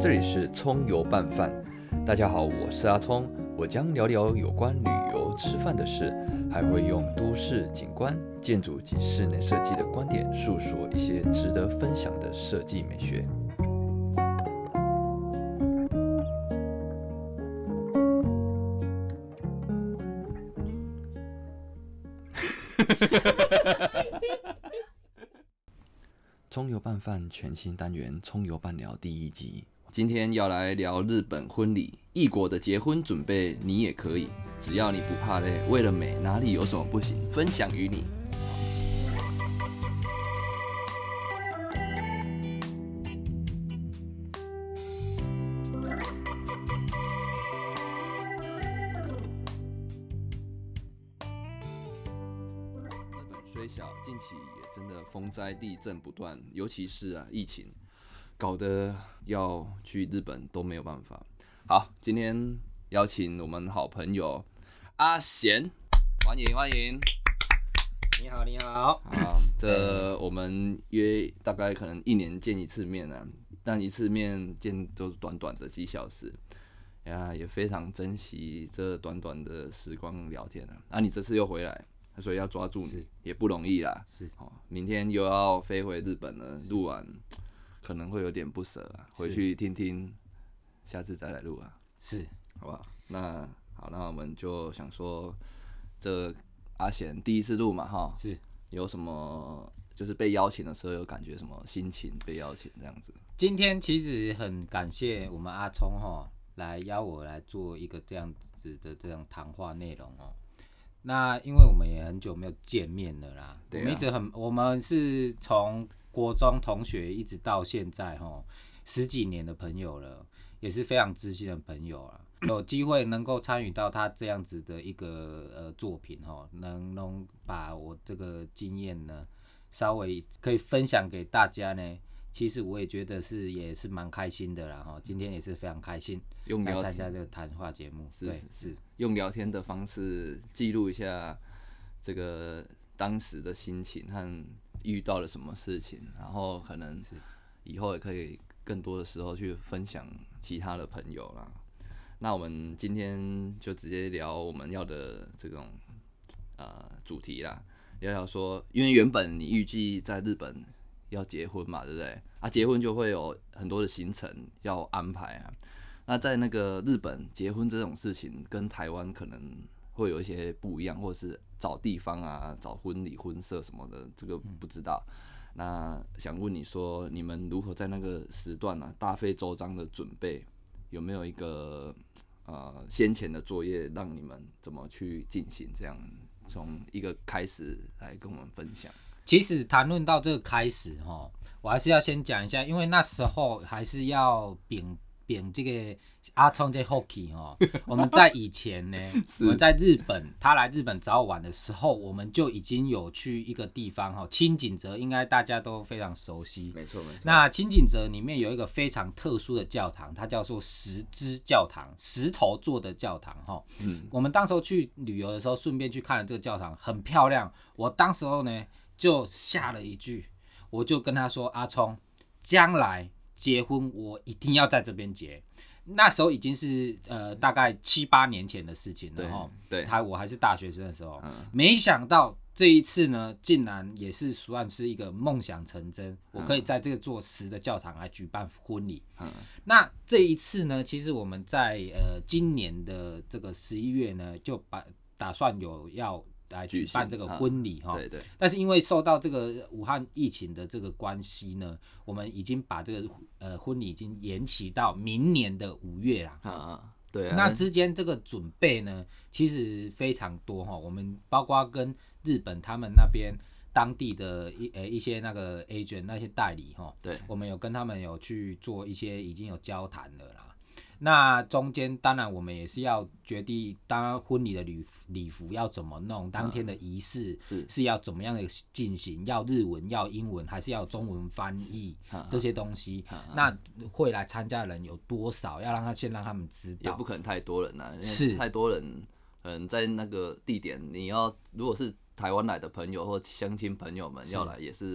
这里是葱油拌饭。大家好，我是阿葱，我将聊聊有关旅游、吃饭的事，还会用都市景观、建筑及室内设计的观点，述说一些值得分享的设计美学。葱油拌饭全新单元葱油拌聊第1集，今天要来聊日本婚礼，异国的结婚准备你也可以，只要你不怕累，为了美哪里有什么不行，分享于你。虽小，近期也真的风灾地震不断，尤其是疫情，搞得要去日本都没有办法。好，今天邀请我们好朋友阿贤，欢迎欢迎。 你好，你好。 这我们约大概可能1年见一次面啊，但一次面见都短短的几小时。也非常珍惜这短短的时光聊天啊。你这次又回来，所以要抓住你也不容易啦。 是， 明天又要飞回日本了，录完可能会有点不舍啊，回去听听，下次再来录啊。 是， 好不好？那我们就想说，这阿贤第一次录嘛，哈， 是有什么就是被邀请的时候有感觉什么心情？被邀请这样子。 今天其实很感谢我们阿聪来邀我来做一个这样子的这样谈话内容哦。那因为我们也很久没有见面了啦，我们是从国中同学一直到现在10几年的朋友了，也是非常知心的朋友啦。有机会能够参与到他这样子的一个作品能把我这个经验呢稍微可以分享给大家呢。其实我也觉得也是蛮开心的啦今天也是非常开心来参加这个谈话节目。是用聊天的方式记录一下这个当时的心情和遇到了什么事情，然后可能以后也可以更多的时候去分享其他的朋友啦。那我们今天就直接聊我们要的这种主题啦，聊聊说，因为原本你预计在日本要结婚嘛，对不对？结婚就会有很多的行程要安排啊。那在那个日本结婚这种事情，跟台湾可能会有一些不一样，或者是找地方啊、找婚礼婚社什么的，这个不知道。那想问你说，你们如何在那个时段大费周章的准备，有没有一个先前的作业，让你们怎么去进行？这样从一个开始来跟我们分享。 其实谈论到这个开始我还是要先讲一下，因为那时候还是要秉这个阿聪这后期我们在以前呢，我们在日本，他来日本找我玩的时候，我们就已经有去一个地方清井泽，应该大家都非常熟悉。 没错。 那清井泽里面有一个非常特殊的教堂，它叫做石之教堂，石头做的教堂我们当时候去旅游的时候，顺便去看了这个教堂，很漂亮。我当时候呢就下了一句，我就跟他说：“阿聪，将来结婚我一定要在这边结。”那时候已经是大概7、8年前的事情了对，我还是大学生的时候，没想到这一次呢，竟然也是算是一个梦想成真，我可以在这个座石的教堂来举办婚礼。那这一次呢，其实我们在今年的这个11月呢，就打算要来举办这个婚礼对。 但是因为受到这个武汉疫情的这个关系呢，我们已经把这个婚礼已经延期到明年的5月啦。 对啊。 那之间这个准备呢，其实非常多我们包括跟日本他们那边当地的一些那个 agent 那些代理对， 我们有跟他们有去做一些已经有交谈了啦。那中间当然我们也是要决定，当婚礼的礼服要怎么弄，当天的仪式是要怎么样的进行，要日文要英文还是要中文翻译这些东西。那会来参加的人有多少，要先让他们知道， 也不可能太多人是太多人可能在那个地点，你要如果是台湾来的朋友或乡亲朋友们要来，也是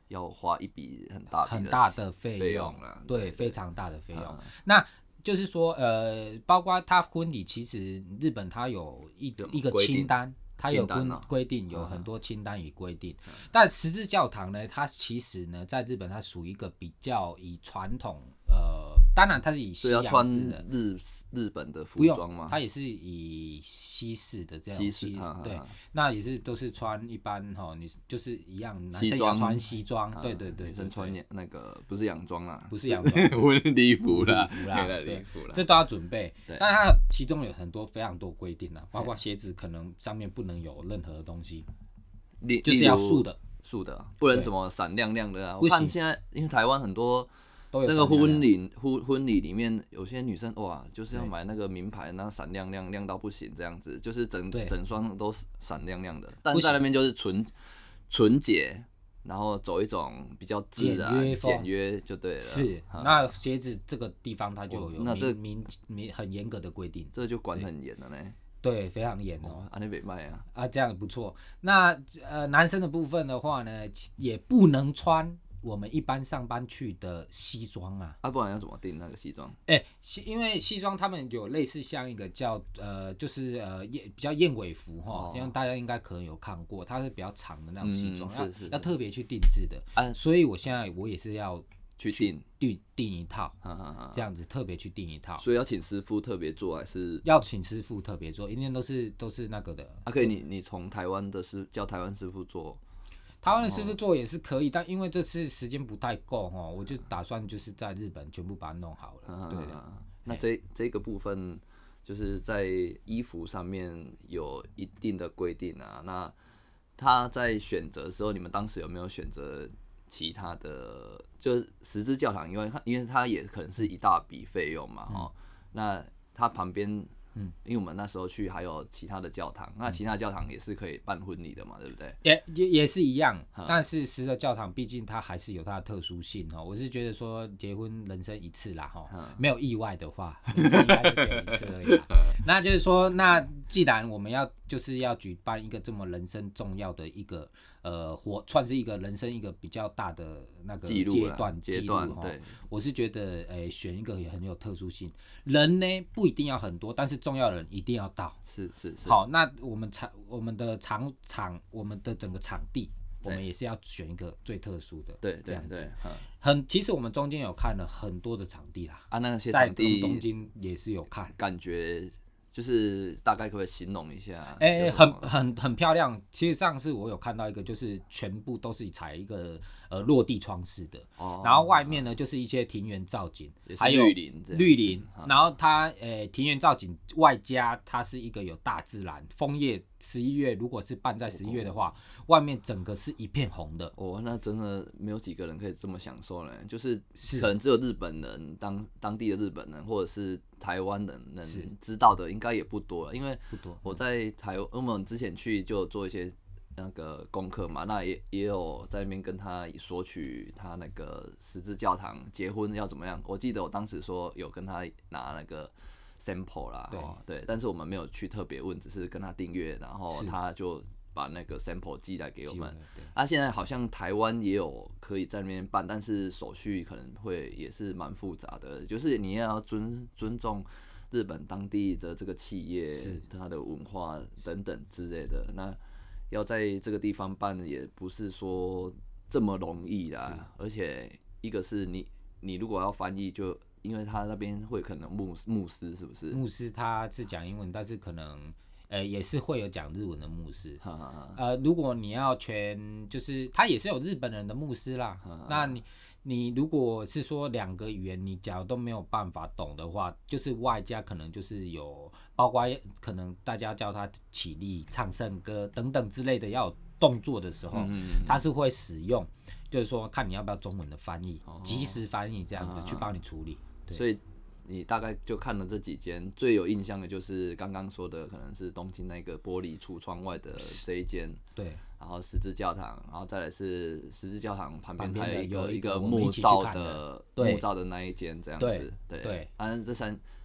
要花一笔很大的费用啦， 对，非常大的费用。那就是说，包括他婚礼，其实日本它有一个清单，它有规定，有很多清单与规定。但十字教堂呢，它其实呢，在日本它属于一个比较以传统，当然它是以西洋式的， 日本的服装吗？ 它也是以西式的这样西式， 对，那也是都是穿一般你就是一样，男生也要穿西装，对， 女生穿那个不是洋装啦， 不是洋装， 婚礼服啦， 礼服啦，这都要准备。但是它其中有非常多规定啦，包括鞋子可能上面不能有任何的东西，就是要素的， 不能什么闪亮亮的啊。我看现在因为台湾很多。那个婚礼里面，有些女生哇，就是要买那个名牌，那闪亮亮，亮到不行，这样子，就是整双都闪亮亮的。但在那边就是纯洁，然后走一种比较自然、简约就对了。 是，那鞋子这个地方它就有很严格的规定， 这就管很严了呢。 对，非常严哦。 那没卖啊， 这样也不错。那男生的部分的话呢，也不能穿我们一般上班去的西装啊， 不然要怎么订那个西装？ 因为西装他们有类似像一个叫就是比较燕尾服哈，这样大家应该可能有看过，它是比较长的那种西装，要特别去定制的。所以我现在也是要去订一套，这样子特别去订一套。 所以要请师傅特别做，还是要请师傅特别做？一定都是那个的。 可以你从台湾的叫台湾师傅做。 台湾的师傅做也是可以，但因为这次时间不太够我就打算就是在日本全部把它弄好了。对， 那这个部分就是在衣服上面有一定的规定啊。那他在选择的时候，你们当时有没有选择其他的？就是十字教堂，因为它也可能是一大笔费用嘛，那它旁边。因为我们那时候去还有其他的教堂，那其他的教堂也是可以办婚礼的嘛，对不对？ 也是一样，但是十字教堂毕竟它还是有它的特殊性我是觉得说结婚人生一次啦没有意外的话，人生应该是只有一次而已啦。那就是说，那既然我们就是要举办一个这么人生重要的一个算是一个人生一个比较大的那个阶段， 对， 我是觉得选一个也很有特殊性，人呢不一定要很多，但是重要的人一定要到。 是。 好，那我们的我们的整个场地，我们也是要选一个最特殊的。 对， 这样子。其实我们中间有看了很多的场地啦。 那些场地在东京也是有看， 感觉。就是大概可不可以形容一下？ 很漂亮。其实上次我有看到一个，就是全部都是采一个落地窗式的，然后外面呢就是一些庭园造景，还有绿林，然后它庭园造景外加它是一个有大自然枫叶，11月如果是办在11月的话，外面整个是一片红的。 那真的没有几个人可以这么享受呢，就是可能只有日本人当地的日本人或者是台湾人能知道的应该也不多了，因为我在我们之前去就做一些那个功课嘛，那也有在那边跟他索取他那个十字教堂结婚要怎么样。我记得我当时说有跟他拿那个 sample 啦，对，但是我们没有去特别问，只是跟他订阅，然后他就把那个 sample 寄来给我们。现在好像台湾也有可以在那边办，但是手续可能会也是蛮复杂的，就是你也要尊重日本当地的这个企业，它的文化等等之类的。那要在这个地方办也不是说这么容易啦，而且一个是你如果要翻译，就因为他那边会可能牧师是不是？ 牧师他是讲英文，但是可能也是会有讲日文的牧师。如果你要就是他也是有日本人的牧师啦。那你如果是说2个语言，你假如都没有办法懂的话，就是外加可能就是有包括可能大家叫他起立唱圣歌等等之类的要有动作的时候，他是会使用，就是说看你要不要中文的翻译，即时翻译这样子去帮你处理。 所以你大概就看了这几间，最有印象的就是刚刚说的，可能是东京那个玻璃橱窗外的这一间， 对。 然后十字教堂，然后再来是十字教堂旁边还有一个木造的那一间这样子，对。反正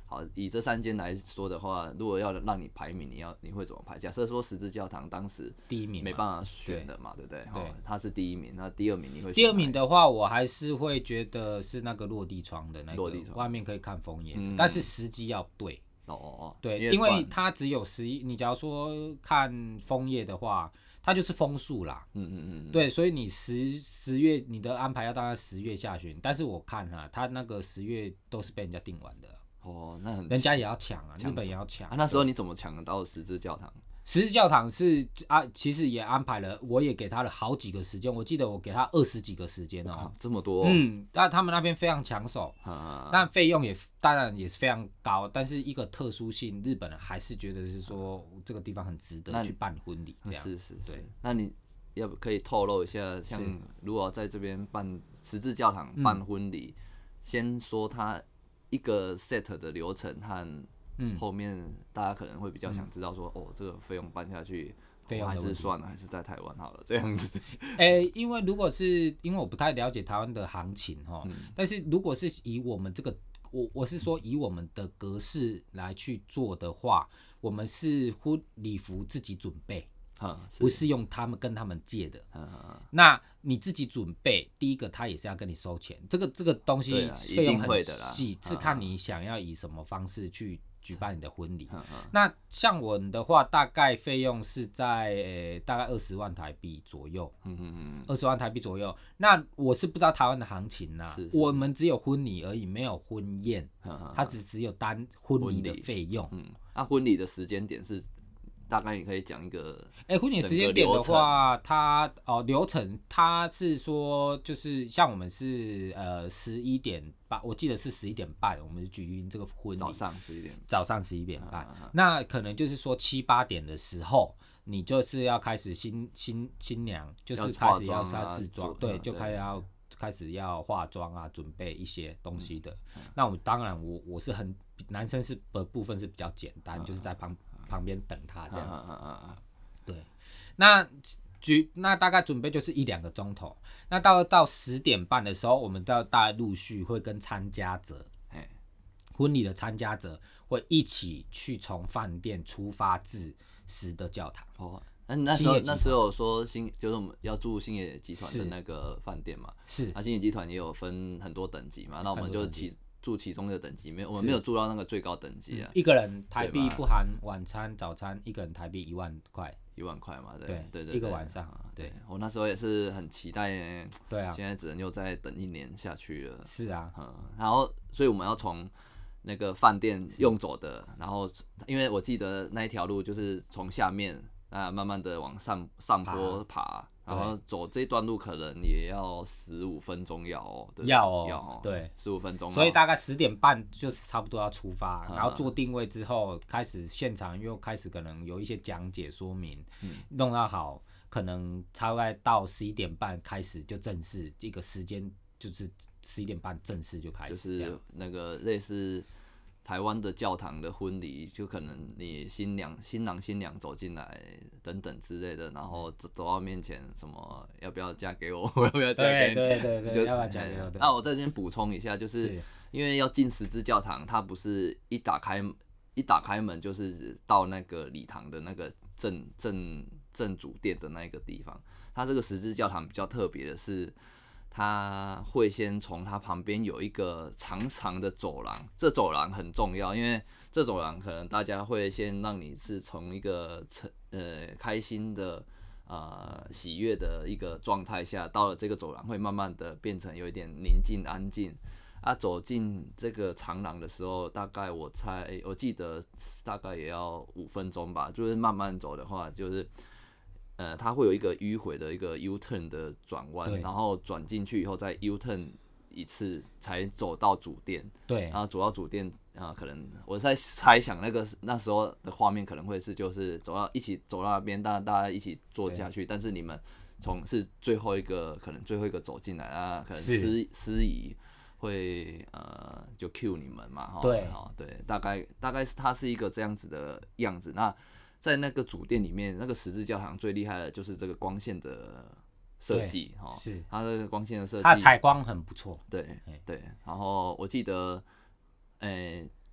好，以这3间来说的话，如果要让你排名，你会怎么排？假设说十字教堂当时第一名没办法选的嘛，对不对？ 对， 它是第1名，那第2名你会选？ 第2名的话，我还是会觉得是那个落地窗的那个，外面可以看枫叶的，但是时机要对。对，因为它只有11，你假如说看枫叶的话，它就是枫树啦。对，所以你十月你的安排要大概10月下旬，但是我看它那个10月都是被人家订完的。 那很人家也要抢啊，日本也要抢。 那时候你怎么抢得到十字教堂？ 十字教堂是其实也安排了，我也给他了好几个时间，我记得我给他20几个时间这么多。 但他们那边非常抢手，但费用也当然也是非常高，但是一个特殊性，日本人还是觉得是说这个地方很值得去办婚礼，这样是对。 那你可以透露一下，像如果在这边办十字教堂办婚礼，先说他一个 set 的流程和后面大家可能会比较想知道说，这个费用办下去，还是算了，还是在台湾好了这样子。 因为如果是因为我不太了解台湾的行情但是如果是以我们这个，我是说以我们的格式来去做的话，我们是婚礼服自己准备。不是用跟他们借的。那你自己准备，第一个他也是要跟你收钱，这个东西费用很细，是看你想要以什么方式去举办你的婚礼。那像我的话，大概费用是在大概20万台币左右。20万台币左右。那我是不知道台湾的行情啦，我们只有婚礼而已，没有婚宴，它只有单婚礼的费用。 那婚礼的时间点是？大概你可以讲一个， 婚礼时间点的话，它流程它是说，就是像我们是11点半，我记得是11点半，我们举行这个婚礼，早上11点半，那可能就是说7、8点的时候，你就是要开始新娘就是开始要制装，对，就开始要化妆啊，准备一些东西的。那我当然我是男生是的部分是比较简单，就是在旁边等他这样子。对，那大概准备就是1-2个钟头。那到10点半的时候，我们大概陆续会跟参加者，婚礼的参加者会一起去从饭店出发至实的教堂。 那时候说就是我们要住星野集团的那个饭店嘛， 是。 星野集团也有分很多等级嘛，那我们就住其中的等级，我们没有住到那个最高等级啊。 一个人台币不含晚餐、早餐，一个人台币1万块。 1万块嘛，对， 一个晚上。对， 我那时候也是很期待。 对啊。 现在只能又再等1年下去了。 是啊。 然后，所以我们要从那个饭店用走的，然后因为我记得那一条路就是从下面慢慢的往上坡爬。然后走这段路可能也要15分钟要对 ，15分钟。 所以大概10点半就是差不多要出发，然后做定位之后，开始现场又开始可能有一些讲解说明，弄到好，可能大概到11点半开始就正式一个时间，就是11点半正式就开始， 就是那个类似台湾的教堂的婚礼，就可能你新郎新娘走进来等等之类的，然后走到面前，什么要不要嫁给我，要不要嫁给你？ 对，要不要嫁给我？ 那我在这边补充一下，就是因为要进十字教堂，它不是一打开门就是到那个礼堂的那个正主殿的那个地方。它这个十字教堂比较特别的是，他会先从他旁边有一个长长的走廊，这走廊很重要，因为这走廊可能大家会先让你是从一个开心的喜悦的一个状态下，到了这个走廊会慢慢的变成有一点宁静安静。走进这个长廊的时候，大概我记得大概也要5分钟吧，就是慢慢走的话，就是它会有一个迂回的一个 U-turn 的转弯，然后转进去以后再 U-turn 一次才走到主殿。 对， 然后走到主殿可能我在猜想那时候的画面可能会是就是一起走到那边，大家一起坐下去，但是你们是最后一个走进来可能司仪会就 cue 你们嘛， 对， 大概它是一个这样子的样子。那在那个主殿里面，那个十字教堂最厉害的就是这个光线的设计， 是它的光线的设计， 它的采光很不错。 对。然后我记得，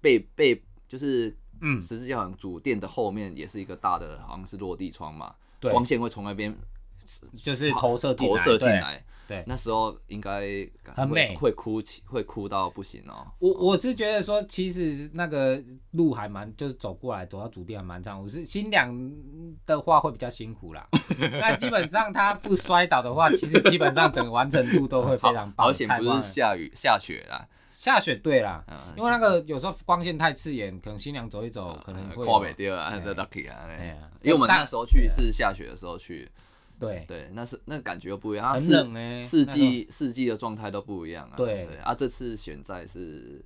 就是十字教堂主殿的后面也是一个大的，好像是落地窗嘛，光线会从那边就是投射进来。 对， 那时候应该很美， 会哭到不行哦。 我是觉得说，其实那个路还就是走过来走到主殿还蛮长。我是新娘的话会比较辛苦啦，那基本上她不摔倒的话，其实基本上整个完成度都会非常棒。 好险不是下雪啦。 下雪对啦，因为那个有时候光线太刺眼，可能新娘走一走可能会看不到啊，在 lucky 啊，因为我们那时候去是下雪的时候去。对，那感觉又不一样， 很冷欸， 四季的状态都不一样啊。 对啊，这次选在是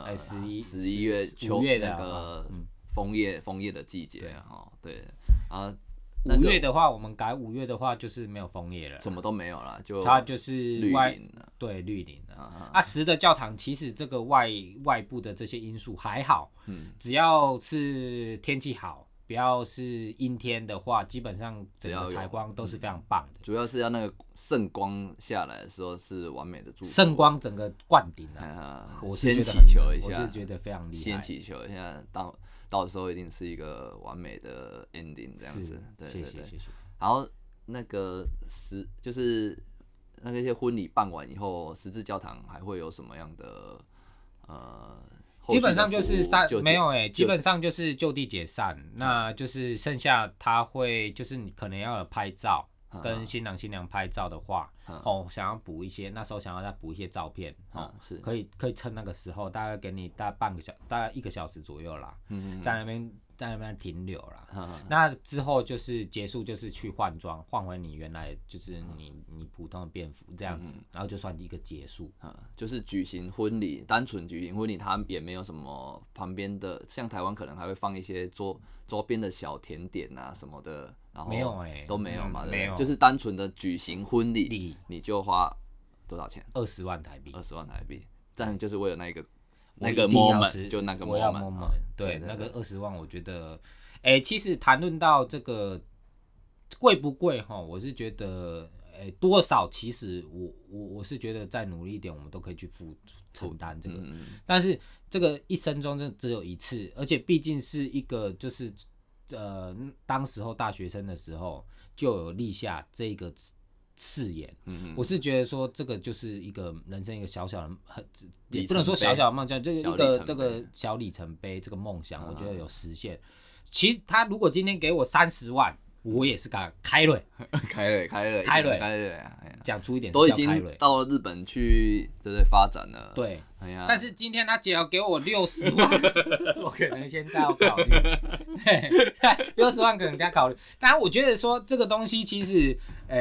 11月 5月的那个枫叶的季节哈。对啊 ，5月的话，我们改5月的话就是没有枫叶了， 什么都没有了， 它就是绿林了。 对，绿林了。石的教堂其实这个外部的这些因素还好，只要是天气好。不要是阴天的话，基本上整个采光都是非常棒的。 主要是要那个圣光下来的时候是完美的祝福， 圣光整个灌顶我先祈求一下， 我是觉得非常厉害。 先祈求一下，到时候一定是一个完美的 ending 这样子。对，谢谢。然后那个就是那些婚礼办完以后，十字教堂还会有什么样的基本上就是没有基本上就是就地解散，那就是剩下他会就是你可能要有拍照，跟新郎新娘拍照的话，想要补一些，那时候想要再补一些照片，可以趁那个时候，大概给你大概1个小时左右啦，在那边停留啦。那之后就是结束，就是去换装，换回你原来就是你普通的便服这样子，然后就算一个结束。 就是举行婚礼，单纯举行婚礼，它也没有什么旁边的，像台湾可能还会放一些周边的小甜点啊什么的，然后没有都没有嘛， 没有， 就是单纯的举行婚礼，你就花多少钱 ？20万台币。 20万台币，但就是为了那个 moment， 就那个 moment， 对，那个20万，我觉得，其实谈论到这个贵不贵哈，我是觉得，多少其实我是觉得再努力一点，我们都可以去承担这个，但是这个一生中真的只有一次，而且毕竟是一个就是当时候大学生的时候就有立下这个誓言，我是觉得说这个就是一个人生一个小小的，也不能说小小的梦想，这个小里程碑，这个梦想，我觉得有实现。其实他如果今天给我30万，我也是敢开了，讲出一点， 都已经到日本去，对不对？发展了， 对。但是今天他只要给我60万，我可能现在要考虑，60万可能再考虑。当然，我觉得说这个东西其实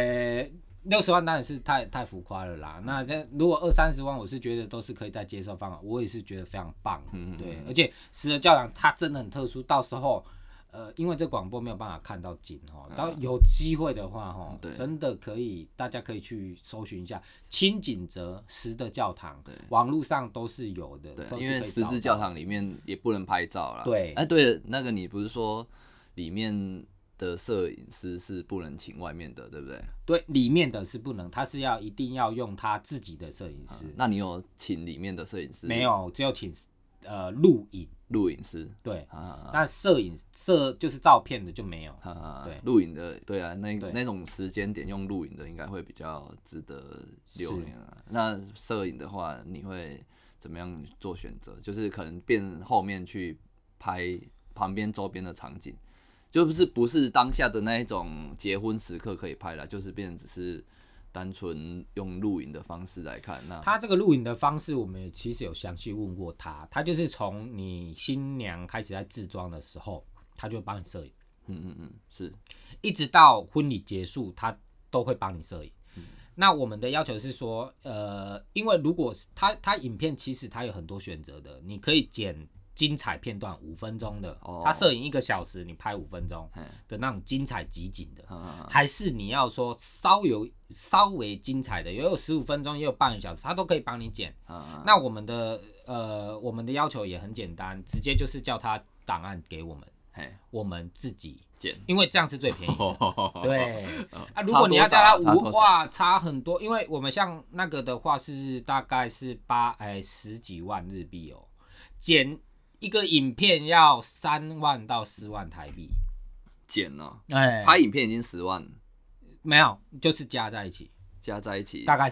，60万当然是太浮夸了啦。那如果20-30万，我是觉得都是可以再接受方案，我也是觉得非常棒。对，而且石的教堂它真的很特殊，到时候。因为这广播没有办法看到景到有机会的话真的可以，大家可以去搜寻一下清景泽石的教堂，网络上都是有的。 对，因为十字教堂里面也不能拍照啦。 对， 对，那个你不是说里面的摄影师是不能请外面的，对不对？ 对，里面的是不能，他是一定要用他自己的摄影师。 那你有请里面的摄影师？ 没有，只有请录影师。 对，那摄就是照片的就没有。 对，录影的，对啊，那种时间点用录影的应该会比较值得留念啊。那摄影的话，你会怎么样做选择？就是可能变后面去拍旁边周边的场景，就不是当下的那一种结婚时刻可以拍了，就是变成只是单纯用录影的方式来看。那他这个录影的方式，我们其实有详细问过他，他就是从你新娘开始在制装的时候，他就会帮你摄影， 是， 一直到婚礼结束，他都会帮你摄影。那我们的要求是说，因为如果他影片其实他有很多选择的，你可以剪精彩片段5分钟的，他摄影1个小时，你拍5分钟的那种精彩集锦的，还是你要说稍微精彩的，也有15分钟，也有半个小时，他都可以帮你剪。那我们的要求也很简单，直接就是叫他档案给我们，我们自己剪，因为这样是最便宜的。对，如果你要叫他哇，差很多，因为我们像那个的话是大概是10几万日币剪一个影片要3万到4万台币。 剪哦， 拍影片已经10万， 没有，就是加在一起，大概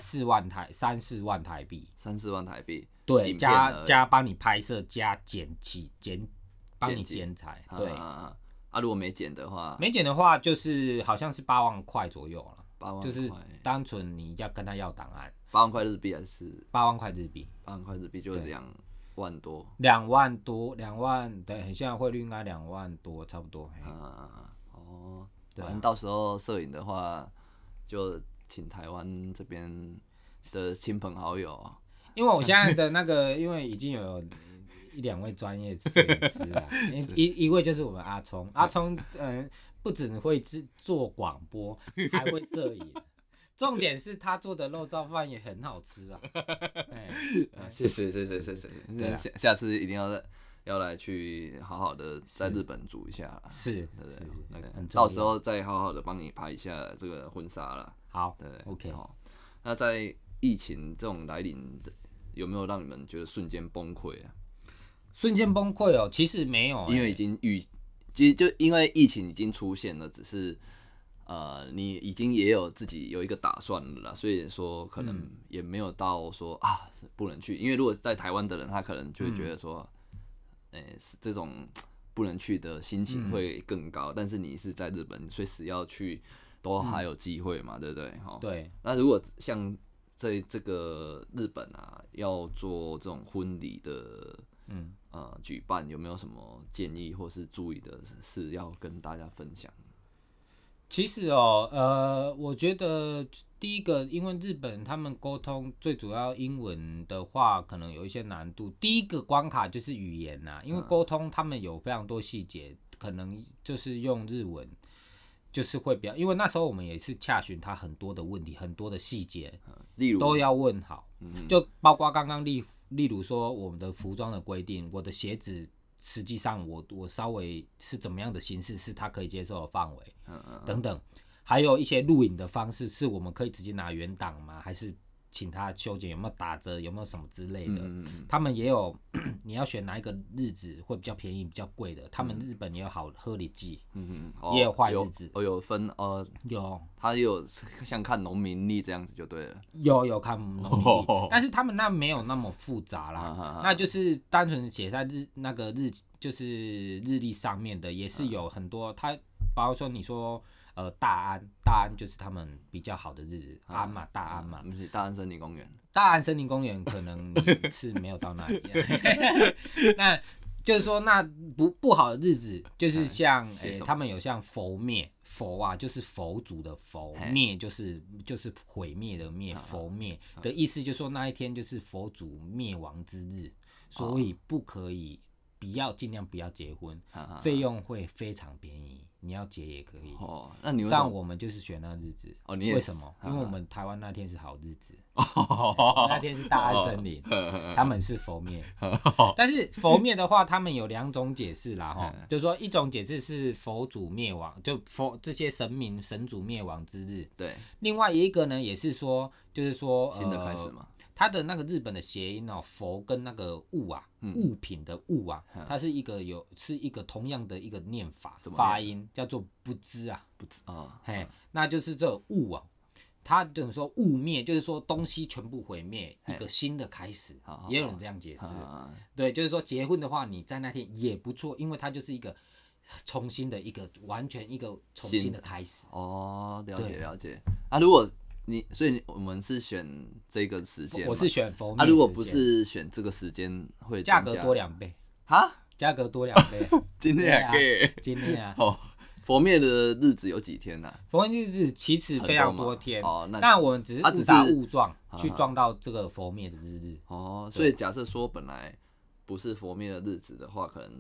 3、4万台币 ，3、4万台币， 对，加帮你拍摄，加帮你剪裁，对。 如果没剪的话，就是好像是8万块左右了 ，8万块， 就是单纯你要跟他要档案 ，8万块日币还是 8万块日币 ？8万块日币就2万多 ，2万多，2万，对，现在汇率应该2万多，差不多。 反正到时候摄影的话，就请台湾这边的亲朋好友。 因为我现在的那个，因为已经有1、2位专业摄影师了，一位就是我们阿聪，不只会做广播，还会摄影。重点是他做的肉燥饭也很好吃啊！ 谢谢，下次一定要来去好好的在日本煮一下， 是， 到时候再好好的帮你拍一下这个婚纱了。 好， 对 ，OK。 那在疫情这种来临，有没有让你们觉得瞬间崩溃啊？ 瞬间崩溃哦，其实没有， 因为其实就因为疫情已经出现了，只是你已经也有自己有一个打算了啦，所以说可能也没有到说不能去，因为如果在台湾的人，他可能就会觉得说，这种不能去的心情会更高，但是你是在日本，随时要去都还有机会嘛，对不对？ 对。 那如果像在这个日本啊，要做这种婚礼的举办，有没有什么建议或是注意的事要跟大家分享？ 其实我觉得第一个，因为日本他们沟通最主要英文的话，可能有一些难度。第一个关卡就是语言呐，因为沟通他们有非常多细节，可能就是用日文，就是会比较，因为那时候我们也是洽询他很多的问题，很多的细节， 例如都要问好，就包括刚刚例如说我们的服装的规定，我的鞋子。实际上我稍微是怎么样的形式是他可以接受的范围，等等，还有一些录影的方式，是我们可以直接拿原档吗？还是请他修剪有没有打折，有没有什么之类的？他们也有，你要选哪一个日子会比较便宜、比较贵的？他们日本也有好贺礼季，也有坏日子， 有分有， 他有像看农民历这样子就对了， 有看农民历，但是他们那没有那么复杂啦，那就是单纯写在就是日历上面的，也是有很多，它包括说你说。大安就是他们比较好的日子，安嘛，大安嘛， 大安森林公园。 大安森林公园可能是没有到那里，那就是说那不好的日子，就是像他们有像佛灭，佛啊就是佛祖的佛，灭就是毁灭的灭，佛灭的意思就是说那一天就是佛祖灭亡之日，所以不可以。尽量不要结婚，费用会非常便宜，你要结也可以。 那你但我们就是选那日子。为什么？因为我们台湾那天是好日子，那天是大安森林，他们是佛灭。但是佛灭的话，他们有2种解释啦，就是说一种解释是佛祖灭亡，就这些神主灭亡之日。 对。 另外一个呢，也是说，就是说新的开始嘛。 它的那个日本的谐音佛跟那个物啊，物品的物啊，它是一个同样的一个念法发音，叫做不知啊，不知啊，那就是这物啊，它等于说物灭，就是说东西全部毁灭，一个新的开始，也有人这样解释，对，就是说结婚的话，你在那天也不错，因为它就是一个重新的完全一个重新的开始。 了解啊，如果。所以我们是选这个时间， 我是选佛灭时间。 如果不是选这个时间，会价格多2倍价格多2倍， 今天还可以， 今天啊， 佛灭的日子有几天呢？ 佛灭日子其实非常多天，但我们只是误打误撞去撞到这个佛灭的日子。 所以假设说本来不是佛灭的日子的话，可能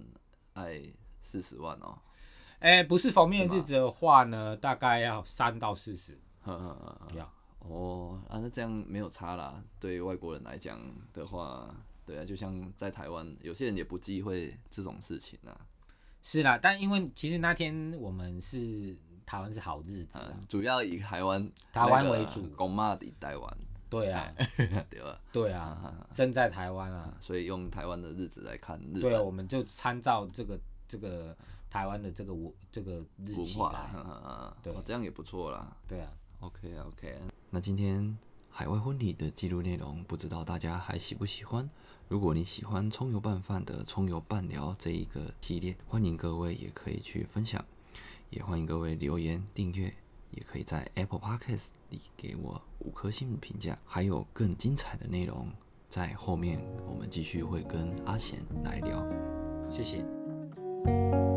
40万哦。 不是佛灭的日子的话呢，大概要3到40。 那这样没有差啦。对于外国人来讲的话，对啊，就像在台湾，有些人也不忌讳这种事情啊。 是啦，但因为其实那天我们是台湾是好日子主要以台湾为主， 公妈的台湾。 对啊， 对吧？ 对啊，生在台湾啊， 所以用台湾的日子来看日对啊， 本我们就参照这个台湾的这个日文化期来，对这样也不错啦。 对啊， OK，那今天海外婚礼的记录内容，不知道大家还喜不喜欢？如果你喜欢葱油拌饭的葱油拌聊这一个系列，欢迎各位也可以去分享，也欢迎各位留言订阅，也可以在 Apple Podcast 里给我5颗星的评价。还有更精彩的内容，在后面我们继续会跟阿贤来聊。 谢谢。